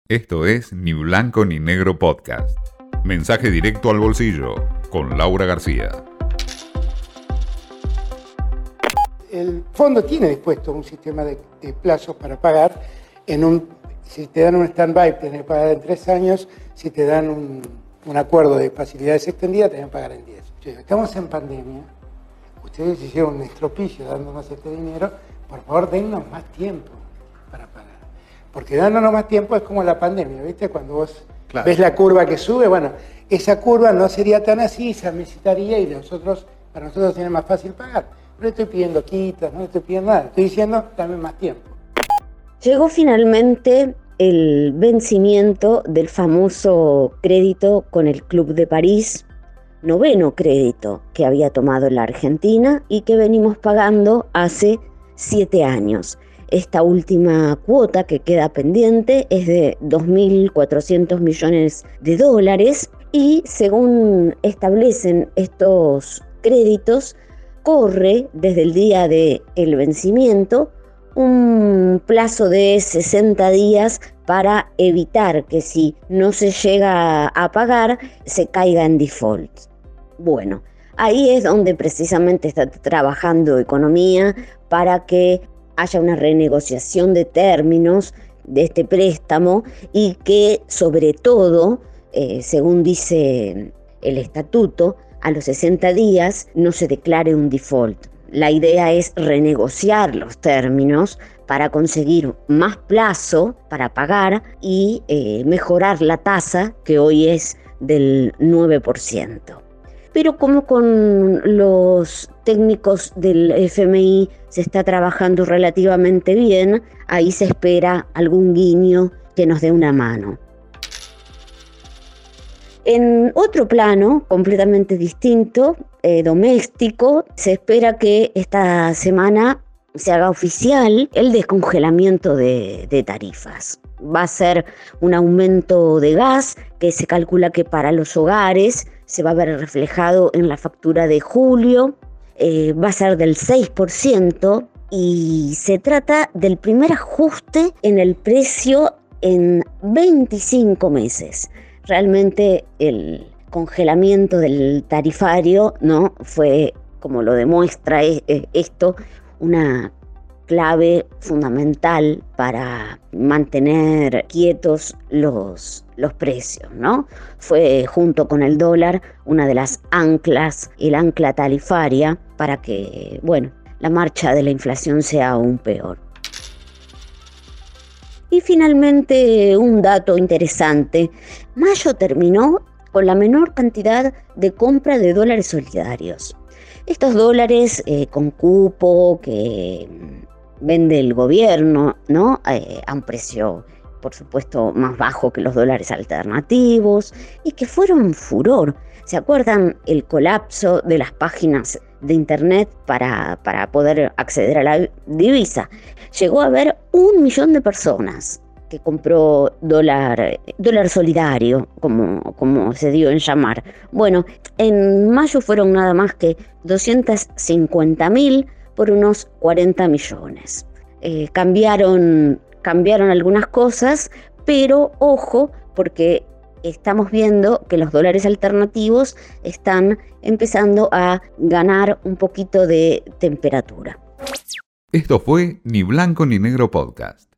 Esto es Ni Blanco ni Negro Podcast. Mensaje directo al bolsillo con Laura García. El fondo tiene dispuesto un sistema de plazos para pagar. Si te dan un stand-by, tenés que pagar en 3 años. Si te dan un acuerdo de facilidades extendidas, tenés que pagar en 10. Estamos en pandemia. Ustedes hicieron un estropicio dándonos este dinero. Por favor, dennos más tiempo para pagar. Porque dándonos más tiempo es como la pandemia, ¿viste? Cuando vos ves la curva que sube, bueno, esa curva no sería tan así, se necesitaría y para nosotros tiene más fácil pagar. No estoy pidiendo quitas, no estoy pidiendo nada, estoy diciendo dame más tiempo. Llegó finalmente el vencimiento del famoso crédito con el Club de París, 9º crédito que había tomado la Argentina y que venimos pagando hace 7 años. Esta última cuota que queda pendiente es de 2.400 millones de dólares y según establecen estos créditos, corre desde el día del vencimiento un plazo de 60 días para evitar que si no se llega a pagar se caiga en default. Bueno, ahí es donde precisamente está trabajando economía para que haya una renegociación de términos de este préstamo y que sobre todo, según dice el estatuto, a los 60 días no se declare un default. La idea es renegociar los términos para conseguir más plazo para pagar y mejorar la tasa que hoy es del 9%. Pero como con los técnicos del FMI se está trabajando relativamente bien, ahí se espera algún guiño que nos dé una mano. En otro plano, completamente distinto, doméstico, se espera que esta semana se haga oficial el descongelamiento de tarifas. Va a ser un aumento de gas que se calcula que para los hogares se va a ver reflejado en la factura de julio, va a ser del 6% y se trata del primer ajuste en el precio en 25 meses. Realmente el congelamiento del tarifario, ¿no?, fue, como lo demuestra esto, una clave fundamental para mantener quietos los precios, ¿no? Fue junto con el dólar una de las anclas, el ancla tarifaria para que, la marcha de la inflación sea aún peor. Y finalmente un dato interesante, mayo terminó con la menor cantidad de compra de dólares solidarios. Estos dólares con cupo que vende el gobierno, ¿no?, a un precio, por supuesto, más bajo que los dólares alternativos y que fueron furor. ¿Se acuerdan el colapso de las páginas de internet para poder acceder a la divisa? Llegó a haber 1 millón de personas que compró dólar solidario, como se dio en llamar. Bueno, en mayo fueron nada más que 250.000 por unos 40 millones. Cambiaron algunas cosas, pero ojo, porque estamos viendo que los dólares alternativos están empezando a ganar un poquito de temperatura. Esto fue Ni Blanco ni Negro Podcast.